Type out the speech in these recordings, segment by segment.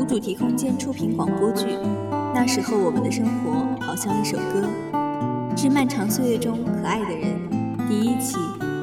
主题空间出品广播剧。那时候我们的生活好像一首歌，致漫长岁月中可爱的人，第1期。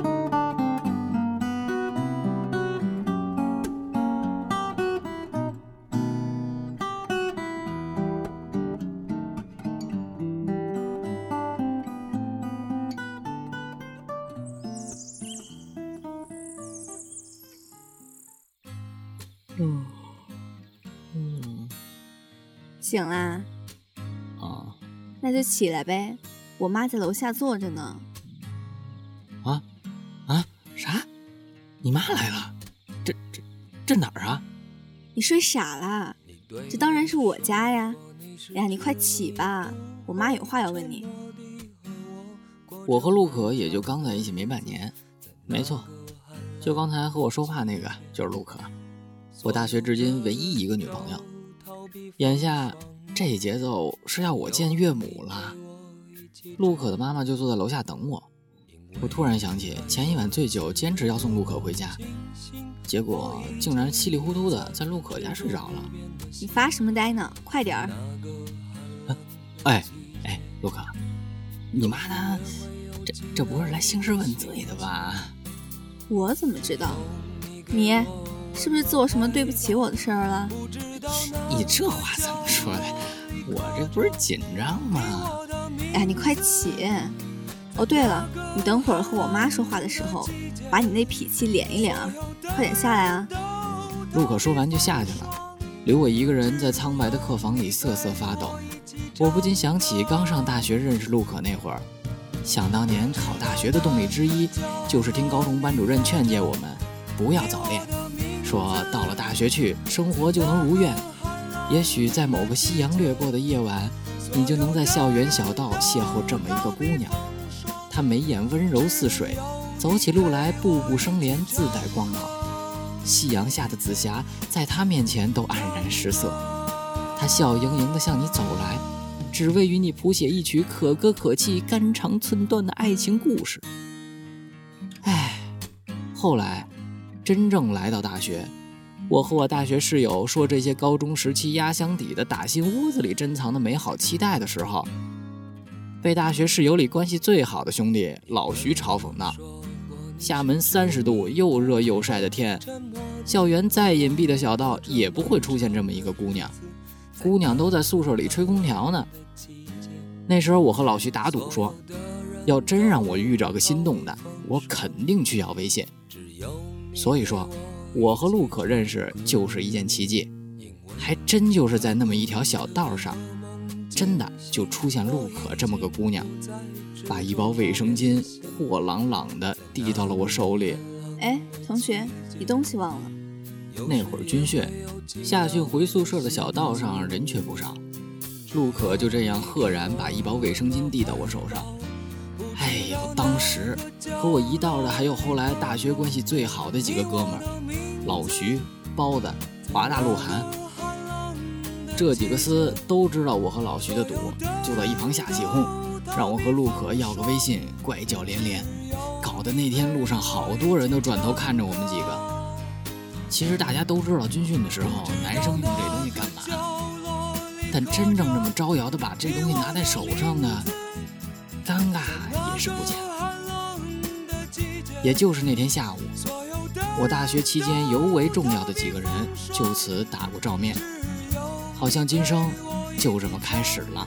醒啦？那就起来呗，我妈在楼下坐着呢。 啥？你妈来了？这哪儿啊？ 你睡傻啦？这当然是我家呀！哎呀，你快起吧，我妈有话要问你。 我和陆可也就刚在一起没半年，没错，就刚才和我说话那个就是陆可，我大学至今唯一一个女朋友。眼下这节奏是要我见岳母了。陆可的妈妈就坐在楼下等我。我突然想起前一晚醉酒坚持要送陆可回家，结果竟然稀里糊涂的在陆可家睡着了。 你发什么呆呢？快点儿！ 陆可，你妈呢？这不是来兴师问罪的吧？ 我怎么知道？你是不是做什么对不起我的事儿了？ 你这话怎么说的？我这不是紧张吗？ 哎，你快起！哦，对了，你等会儿和我妈说话的时候，把你那脾气敛一敛啊，快点下来啊！ 陆可说完就下去了，留我一个人在苍白的客房里瑟瑟发抖。我不禁想起刚上大学认识陆可那会儿，想当年考大学的动力之一，就是听高中班主任劝诫我们不要早恋，说到了大学去，生活就能如愿。也许在某个夕阳掠过的夜晚，你就能在校园小道邂逅这么一个姑娘，她眉眼温柔似水，走起路来步步生莲，自带光芒。夕阳下的紫霞在她面前都黯然失色，她笑盈盈地向你走来，只为与你谱写一曲可歌可泣、肝肠寸断的爱情故事。后来真正来到大学，我和我大学室友说这些高中时期压箱底的打心窝子里珍藏的美好期待的时候，被大学室友里关系最好的兄弟老徐嘲讽道：厦门30度又热又晒的天，校园再隐蔽的小道也不会出现这么一个姑娘，姑娘都在宿舍里吹空调呢。那时候我和老徐打赌说，要真让我遇着个心动的，我肯定去要微信。所以说我和陆可认识就是一件奇迹，还真就是在那么一条小道上，真的就出现陆可这么个姑娘，把一包卫生巾货朗朗的递到了我手里。 同学，你东西忘了。 那会儿军训，下训回宿舍的小道上人却不少，陆可就这样赫然把一包卫生巾递到我手上。当时和我一道的还有后来大学关系最好的几个哥们儿，老徐、包子、华大、鹿晗。这几个厮都知道我和老徐的赌，就在一旁下起哄，让我和陆可要个微信，怪叫连连，搞得那天路上好多人都转头看着我们几个。其实大家都知道军训的时候男生用这东西干嘛，但真正这么招摇的把这东西拿在手上的，尴尬也是不浅。也就是那天下午，我大学期间尤为重要的几个人就此打过照面，好像今生就这么开始了。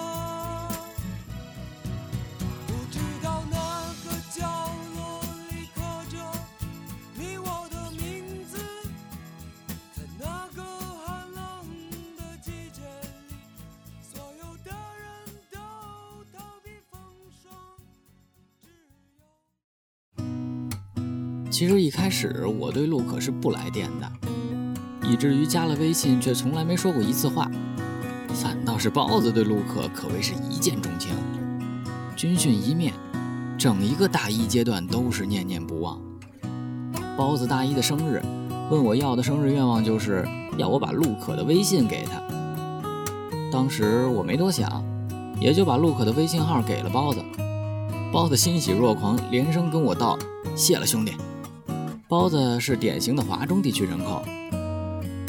其实一开始我对陆可是不来电的，以至于加了微信却从来没说过一次话。反倒是包子对陆可谓是一见钟情，军训一面，整一个大一阶段都是念念不忘。包子大一的生日，问我要的生日愿望就是要我把陆可的微信给他。当时我没多想，也就把陆可的微信号给了包子。包子欣喜若狂，连声跟我道谢了兄弟。包子是典型的华中地区人口，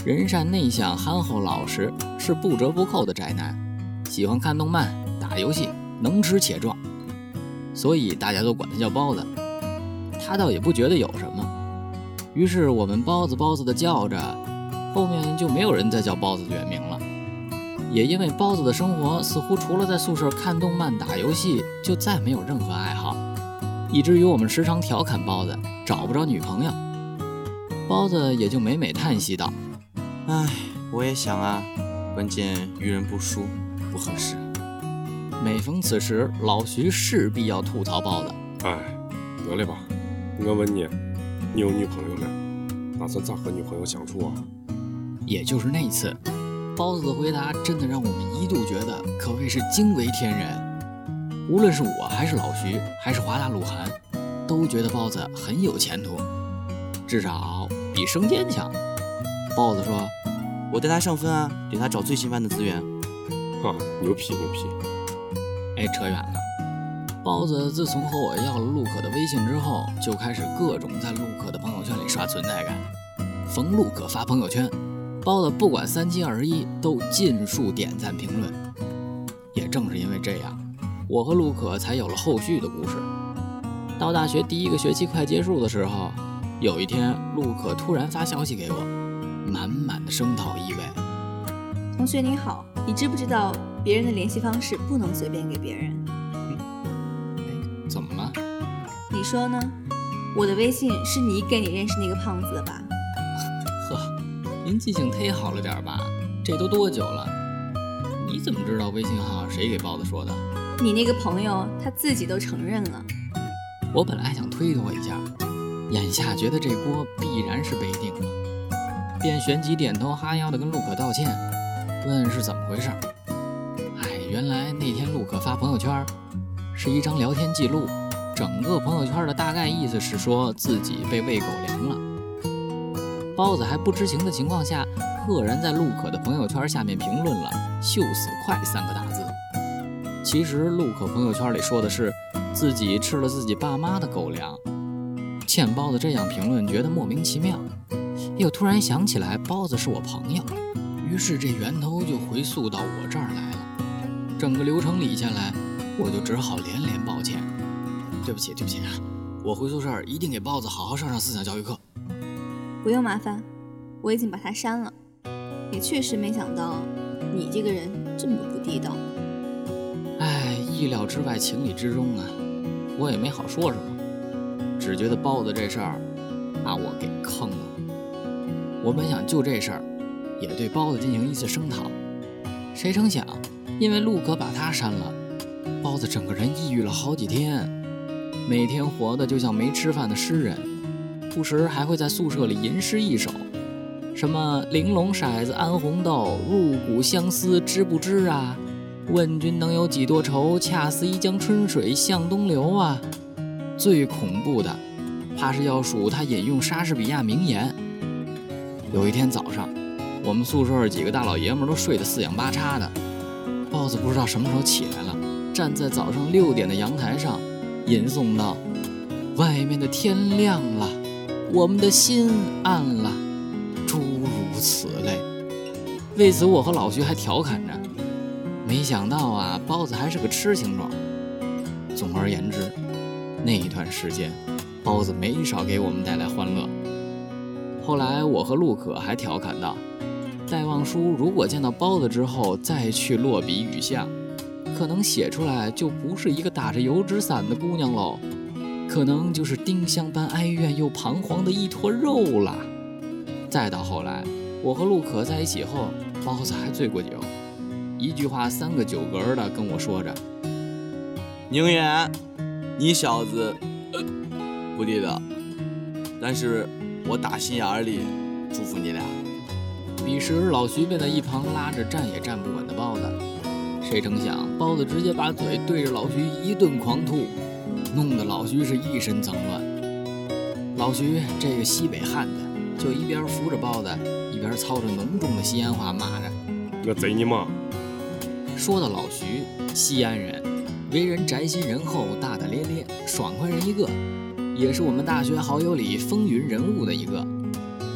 人善内向、憨厚老实，是不折不扣的宅男，喜欢看动漫、打游戏，能吃且壮，所以大家都管他叫包子。他倒也不觉得有什么，于是我们包子包子的叫着，后面就没有人再叫包子的原名了。也因为包子的生活似乎除了在宿舍看动漫、打游戏，就再没有任何爱好，以至于我们时常调侃包子找不着女朋友。包子也就每每叹息道： 唉，我也想啊，关键与人不淑，不合适。 每逢此时，老徐势必要吐槽包子。 哎，得了吧，我问你，你有女朋友没？打算咋和女朋友相处啊？ 也就是那次，包子的回答真的让我们一度觉得可谓是惊为天人。无论是我还是老徐还是华大鹿晗，都觉得包子很有前途，至少比生煎强。包子说： 我带他上分啊，给他找最新版的资源。 哈，牛批牛批！ 哎，扯远了。包子自从和我要了陆可的微信之后，就开始各种在陆可的朋友圈里刷存在感。逢陆可发朋友圈，包子不管3七21都尽数点赞评论。也正是因为这样，我和陆可才有了后续的故事。到大学第1个学期快结束的时候，有一天陆可突然发消息给我，满满的声讨意味。 同学你好，你知不知道别人的联系方式不能随便给别人？ 怎么了？ 你说呢？我的微信是你给你认识那个胖子的吧？ 呵，您记性忒好了点吧？这都多久了？你怎么知道微信号谁给包子说的？ 你那个朋友他自己都承认了。 我本来还想推脱一下，眼下觉得这锅必然是被定了，便旋即点头哈腰的跟陆可道歉，问是怎么回事。原来那天陆可发朋友圈是一张聊天记录，整个朋友圈的大概意思是说自己被喂狗粮了。包子还不知情的情况下，赫然在陆可的朋友圈下面评论了“秀死快”3个大字。其实陆可朋友圈里说的是自己吃了自己爸妈的狗粮。见包子这样评论，觉得莫名其妙，又突然想起来包子是我朋友，于是这源头就回溯到我这儿来了。整个流程理下来，我就只好连连抱歉，对不起啊，我回宿舍一定给包子好好上思想教育课。 不用麻烦，我已经把他删了。也确实没想到你这个人这么不地道。 哎，意料之外，情理之中啊，我也没好说什么，只觉得包子这事儿把我给坑了。我本想就这事儿也对包子进行一次声讨，谁成想因为陆可把他删了，包子整个人抑郁了好几天，每天活得就像没吃饭的诗人，不时还会在宿舍里吟诗一首，什么玲珑骰子安红豆，入骨相思知不知啊，问君能有几多愁，恰似一江春水向东流啊。最恐怖的怕是要数他引用莎士比亚名言。有一天早上，我们宿舍几个大老爷们都睡得四仰八叉的，包子不知道什么时候起来了，站在早上6点的阳台上吟诵道：外面的天亮了，我们的心暗了，诸如此类。为此我和老徐还调侃着，没想到啊，包子还是个痴情种。总而言之，那一段时间包子没少给我们带来欢乐。后来我和陆可还调侃道，戴望舒如果见到包子之后再去落笔雨巷，可能写出来就不是一个打着油纸伞的姑娘喽，可能就是丁香般哀怨又彷徨的一坨肉啦。再到后来，我和陆可在一起后，包子还醉过酒，一句话3个酒嗝的跟我说着： 宁远，你小子不地道，但是我打心眼里祝福你俩。 彼时老徐便在一旁拉着站也站不稳的包子，谁成想包子直接把嘴对着老徐一顿狂吐，弄得老徐是一身脏乱。老徐这个西北汉子就一边扶着包子，一边操着浓重的西安话骂着： 我贼你妈！ 说到老徐，西安人，为人宅心仁厚，大大咧咧，爽快人一个，也是我们大学好友里风云人物的一个。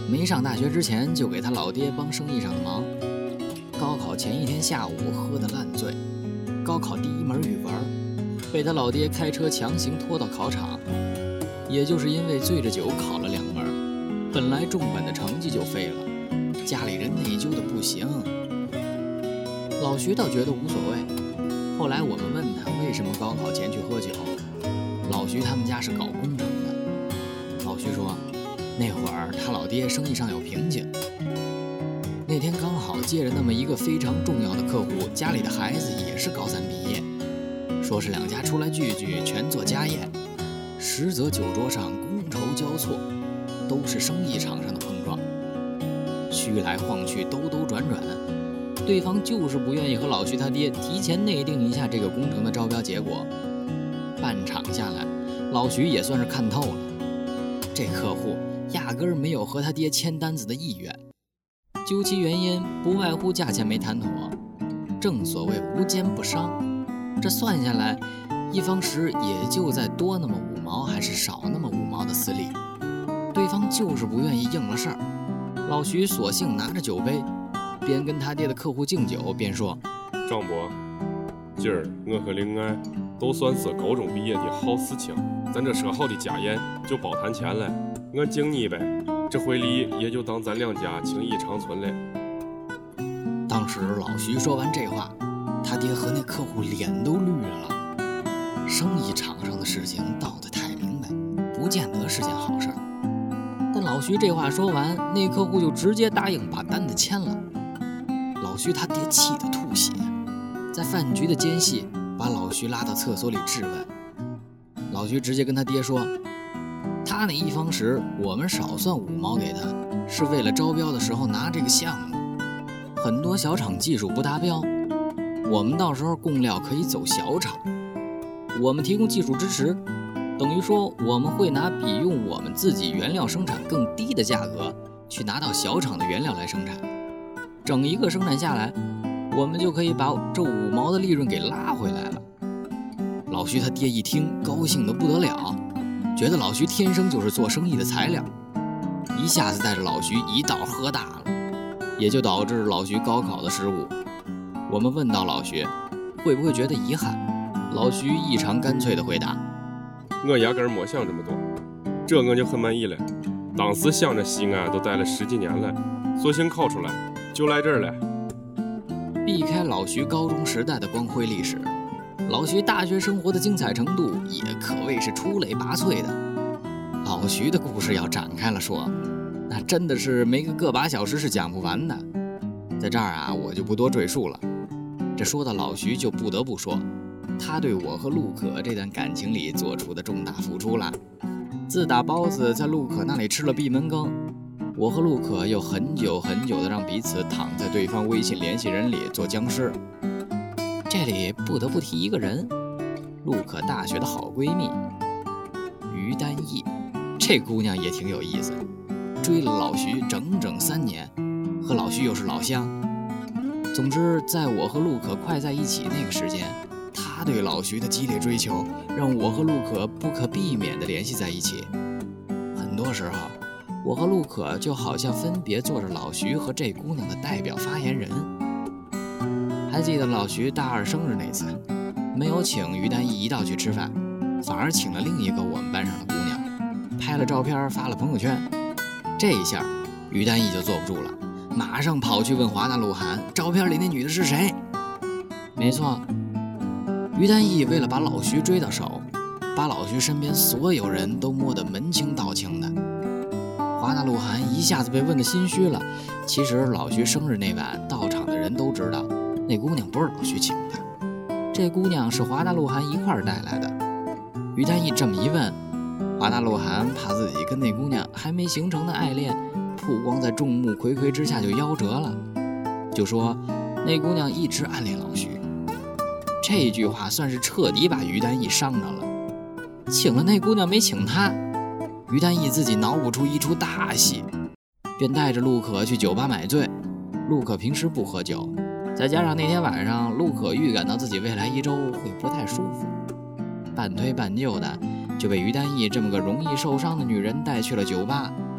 没上大学之前就给他老爹帮生意上的忙。高考前一天下午喝得烂醉，高考第一门语文被他老爹开车强行拖到考场。也就是因为醉着酒考了2门，本来重本的成绩就废了，家里人内疚的不行。老徐倒觉得无所谓。后来我们问他为什么高考前去喝酒，老徐他们家是搞工程的。老徐说，那会儿他老爹生意上有瓶颈，那天刚好接着那么一个非常重要的客户，家里的孩子也是高3毕业，说是2家出来聚聚，全做家宴。实则酒桌上觥筹交错，都是生意场上的碰撞，虚来晃去，兜兜转转，对方就是不愿意和老徐他爹提前内定一下这个工程的招标结果。半场下来，老徐也算是看透了，这客户压根儿没有和他爹签单子的意愿，究其原因，不外乎价钱没谈妥。正所谓无奸不商，这算下来，一方时也就在多那么5毛还是少那么5毛的私利，对方就是不愿意应了事儿。老徐索性拿着酒杯，边跟他爹的客户敬酒，边说：“ 张伯，今儿我和灵爱都算是高中毕业的好事情，咱这说好的家宴就包谈钱了，我敬你呗，这回礼也就当咱2家情谊长存了。” 当时老徐说完这话，他爹和那客户脸都绿了。生意场上的事情道得太明白，不见得是件好事。但老徐这话说完，那客户就直接答应把单子签了。老徐他爹气得吐血，在饭局的间隙把老徐拉到厕所里质问。老徐直接跟他爹说，他那一方时我们少算5毛给他，是为了招标的时候拿这个项目。很多小厂技术不达标，我们到时候供料可以走小厂，我们提供技术支持，等于说我们会拿比用我们自己原料生产更低的价格去拿到小厂的原料来生产，整一个生产下来，我们就可以把这5毛的利润给拉回来了。老徐他爹一听，高兴得不得了，觉得老徐天生就是做生意的材料，一下子带着老徐一道喝大了，也就导致老徐高考的失误。我们问到老徐会不会觉得遗憾，老徐异常干脆地回答， 我压根儿没想这么多，这我就很满意了。当时想着西安都待了10几年了，索性考出来就来这儿了。 避开老徐高中时代的光辉历史，老徐大学生活的精彩程度也可谓是出类拔萃的。老徐的故事要展开了说，那真的是没个把小时是讲不完的。在这儿啊，我就不多赘述了。这说到老徐，就不得不说他对我和陆可这段感情里做出的重大付出了。自打包子在陆可那里吃了闭门羹，我和陆可又很久的让彼此躺在对方微信联系人里做僵尸。这里不得不提一个人，陆可大学的好闺蜜于丹义，这姑娘也挺有意思，追了老徐整整3年，和老徐又是老乡。总之，在我和陆可快在一起那个时间，他对老徐的激烈追求，让我和陆可不可避免地联系在一起。很多时候，我和陆可就好像分别做着老徐和这姑娘的代表发言人。还记得老徐大2生日那次，没有请于丹义一道去吃饭，反而请了另一个我们班上的姑娘，拍了照片发了朋友圈。这一下，于丹义就坐不住了，马上跑去问华纳鹿晗，照片里那女的是谁？没错，于丹义为了把老徐追到手，把老徐身边所有人都摸得门清道清的。华纳鹿晗一下子被问得心虚了。其实老徐生日那晚到场的人都知道，那姑娘不是老徐请的，这姑娘是华纳鹿晗一块儿带来的。于丹义这么一问，华纳鹿晗怕自己跟那姑娘还没形成的爱恋曝光在众目睽睽之下就夭折了，就说那姑娘一直暗恋老徐。这句话算是彻底把于丹义伤着了，请了那姑娘没请他。于丹义自己脑补出一出大戏，便带着陆可去酒吧买醉。陆可平时不喝酒，再加上那天晚上陆可预感到自己未来1周会不太舒服，半推半就的就被于丹义这么个容易受伤的女人带去了酒吧。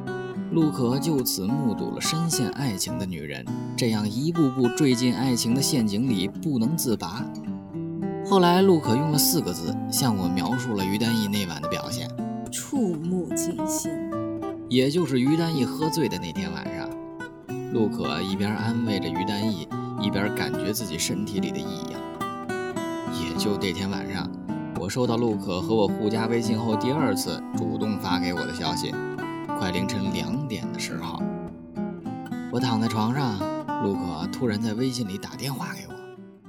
陆可就此目睹了深陷爱情的女人这样一步步坠进爱情的陷阱里不能自拔。后来陆可用了4个字向我描述了于丹义那晚的表现： 触目惊心。 也就是于丹义喝醉的那天晚上，陆可一边安慰着于丹义，一边感觉自己身体里的异样。也就那天晚上，我收到陆可和我互加微信后第2次主动发给我的消息，快凌晨2点的时候，我躺在床上，陆可突然在微信里打电话给我。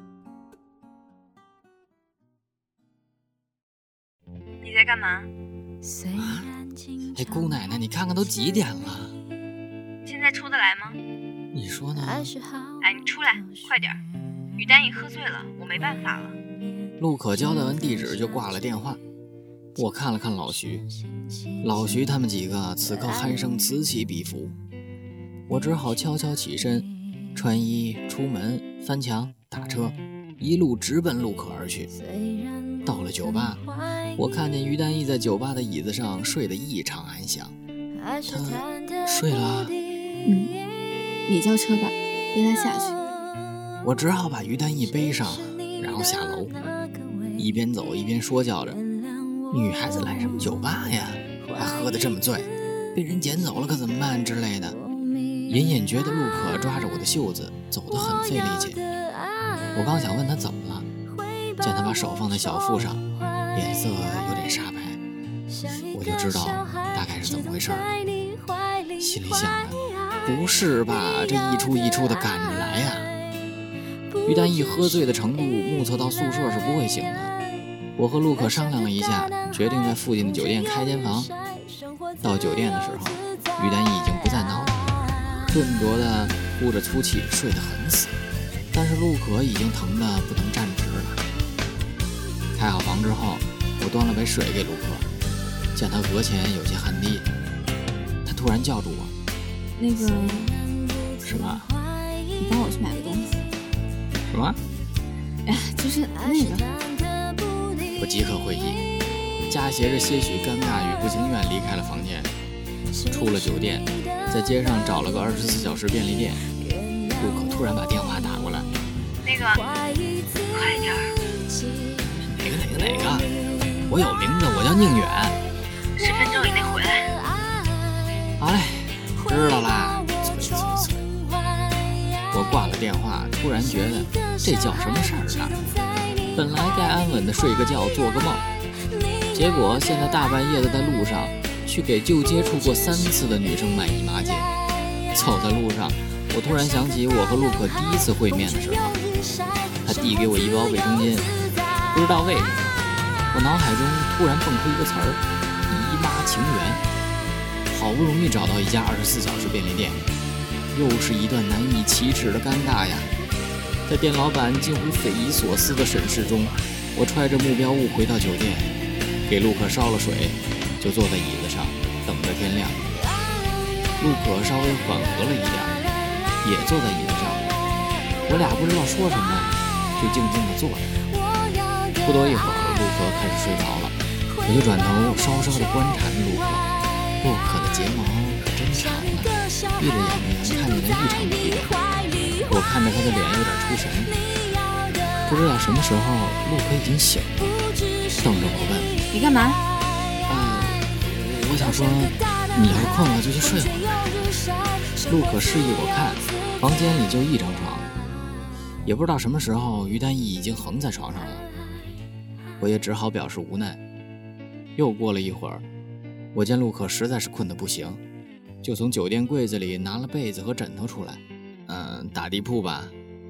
你在干嘛？ 哎，姑奶奶，你看看都几点了？ 现在出得来吗？ 你说呢？ 哎，你出来，快点！于丹义喝醉了，我没办法了。 陆可交代完地址就挂了电话。我看了看老徐他们几个此刻鼾声此起彼伏，我只好悄悄起身，穿衣出门，翻墙打车，一路直奔陆可而去。到了酒吧，我看见于丹义在酒吧的椅子上睡得异常安详。他睡了？ 你叫车吧，背他下去。 我只好把于丹义背上，然后下楼，一边走一边说教着：女孩子来什么酒吧呀，还喝得这么醉，被人捡走了可怎么办之类的。隐隐觉得陆可抓着我的袖子走得很费力气。我刚想问他怎么了，见他把手放在小腹上，脸色有点煞白，我就知道大概是怎么回事了。心里想着，不是吧，这一出一出的赶着来呀。于丹义喝醉的程度，目测到宿舍是不会醒的。我和陆可商量了一下，决定在附近的酒店开间房。到酒店的时候，于丹义已经不再闹了，顿着的呼着粗气，睡得很死。但是陆可已经疼得不能站直了。开好房之后，我端了杯水给陆可，见他额前有些汗滴，他突然叫住我： 那个什么？ 你帮我去买个东西。 什么？ 哎，就是那个。 我即刻会意，夹挟着些许尴尬与不情愿离开了房间。出了酒店，在街上找了个24小时便利店。陆可突然把电话打过来： 那个，快点儿。 哪个？我有名字，我叫宁远。 10分钟以内回来。 好嘞，知道啦。我挂了电话，突然觉得这叫什么事儿啊？本来该安稳的睡个觉做个梦，结果现在大半夜的在路上去给就接触过3次的女生买姨妈巾。走在路上，我突然想起我和陆可第1次会面的时候，他递给我一包卫生巾，不知道为什么，我脑海中突然蹦出一个词儿：姨妈情缘。好不容易找到一家24小时便利店，又是一段难以启齿的尴尬呀。在店老板近乎匪夷所思的审视中，我揣着目标物回到酒店，给陆可烧了水，就坐在椅子上等着天亮。陆可稍微缓和了一点，也坐在椅子上，我俩不知道说什么，就静静地坐着。不多一会儿，陆可开始睡着了，我就转头稍稍地观察着陆可。陆可的睫毛可真长呢，闭着眼睛看起来异常疲惫。我看着他的脸有点出神，不知道什么时候陆可已经醒了，瞪着我问： 你干嘛？ 我想说，你要是困了就去睡会儿呗。陆可示意我看，房间里就1张床，也不知道什么时候于丹义已经横在床上了，我也只好表示无奈。又过了一会儿，我见陆可实在是困得不行，就从酒店柜子里拿了被子和枕头出来。打地铺吧。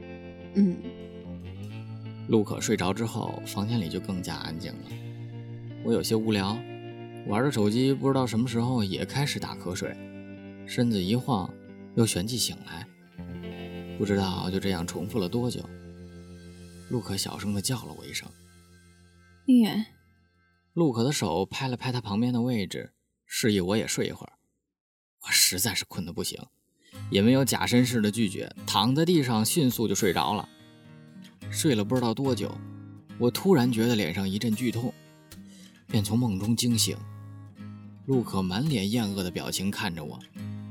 陆可睡着之后，房间里就更加安静了。我有些无聊，玩着手机，不知道什么时候也开始打瞌睡，身子一晃，又旋即醒来。不知道就这样重复了多久。陆可小声地叫了我一声： 宁远。 陆可的手拍了拍他旁边的位置，示意我也睡一会儿。我实在是困得不行，也没有假绅士的拒绝，躺在地上迅速就睡着了。睡了不知道多久，我突然觉得脸上一阵剧痛，便从梦中惊醒。陆可满脸厌恶的表情看着我：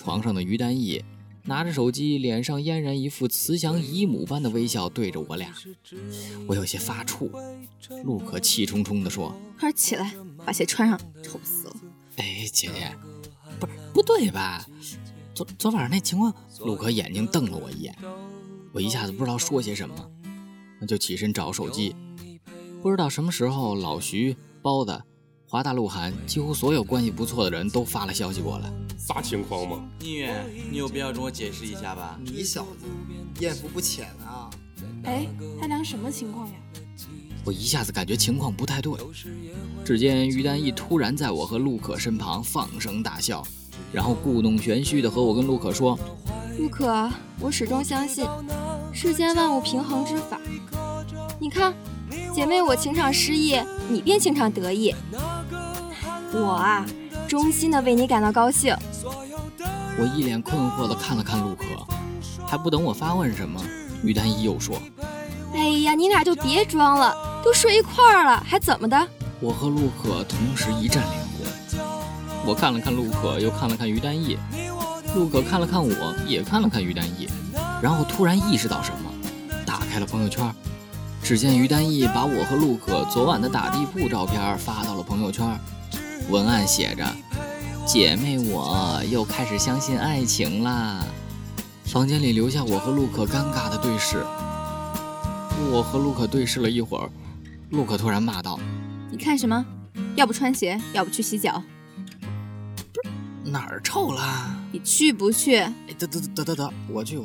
床上的于丹义，拿着手机，脸上嫣然一副慈祥姨母般的微笑对着我俩。我有些发怵，陆可气冲冲地说： 快起来，把鞋穿上，臭死了。 哎，姐姐，不对吧？昨晚上那情况……陆可眼睛瞪了我一眼，我一下子不知道说些什么，那就起身找手机。不知道什么时候，老徐、包子、华大、鹿晗，几乎所有关系不错的人都发了消息过来。 啥情况吗？ 宁远，你有必要跟我解释一下吧？ 你小子艳福不浅啊！ 哎，他俩什么情况呀？ 我一下子感觉情况不太对。只见于丹义突然在我和陆可身旁放声大笑，然后故弄玄虚的和我跟陆可说： 陆可，我始终相信世间万物平衡之法。你看，姐妹我情场失意，你便情场得意。我啊，衷心的为你感到高兴。 我一脸困惑的看了看陆可，还不等我发问什么，于丹义又说： 哎呀，你俩就别装了，都睡一块儿了，还怎么的？ 我和陆可同时一阵脸红。我看了看陆可，又看了看于丹义，陆可看了看我，也看了看于丹义，然后突然意识到什么，打开了朋友圈。只见于丹义把我和陆可昨晚的打地铺照片发到了朋友圈，文案写着：姐妹我又开始相信爱情啦。房间里留下我和陆可尴尬的对视。我和陆可对视了一会儿，陆可突然骂道： 你看什么？要不穿鞋，要不去洗脚。 哪儿臭了？ 你去不去？ 哎，得，我去。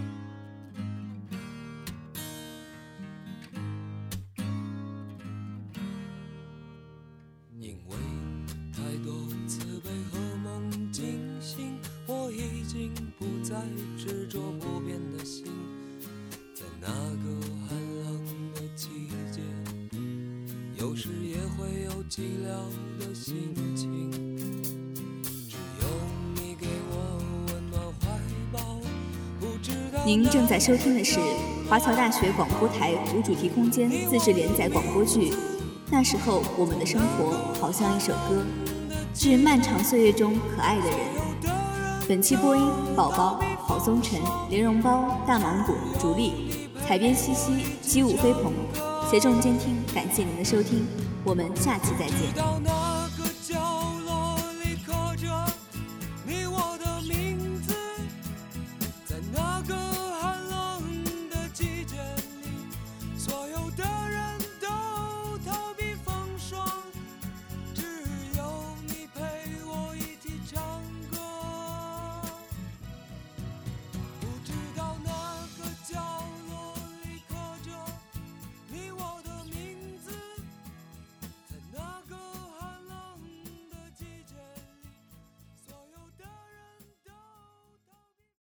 因为太多慈悲和梦惊醒，我已经不再执着不变的心，在那个寒冷的季节，有时也会有寂寥的心情，只有你给我温暖怀抱。 您正在收听的是华侨大学广播台无主题空间自制连载广播剧《那时候我们的生活好像一首歌》，致漫长岁月中可爱的人。本期播音：宝宝、郝松晨、莲蓉包、大芒果、竹丽，采编西西、鸡舞飞鹏，协众监听。感谢您的收听，我们下期再见。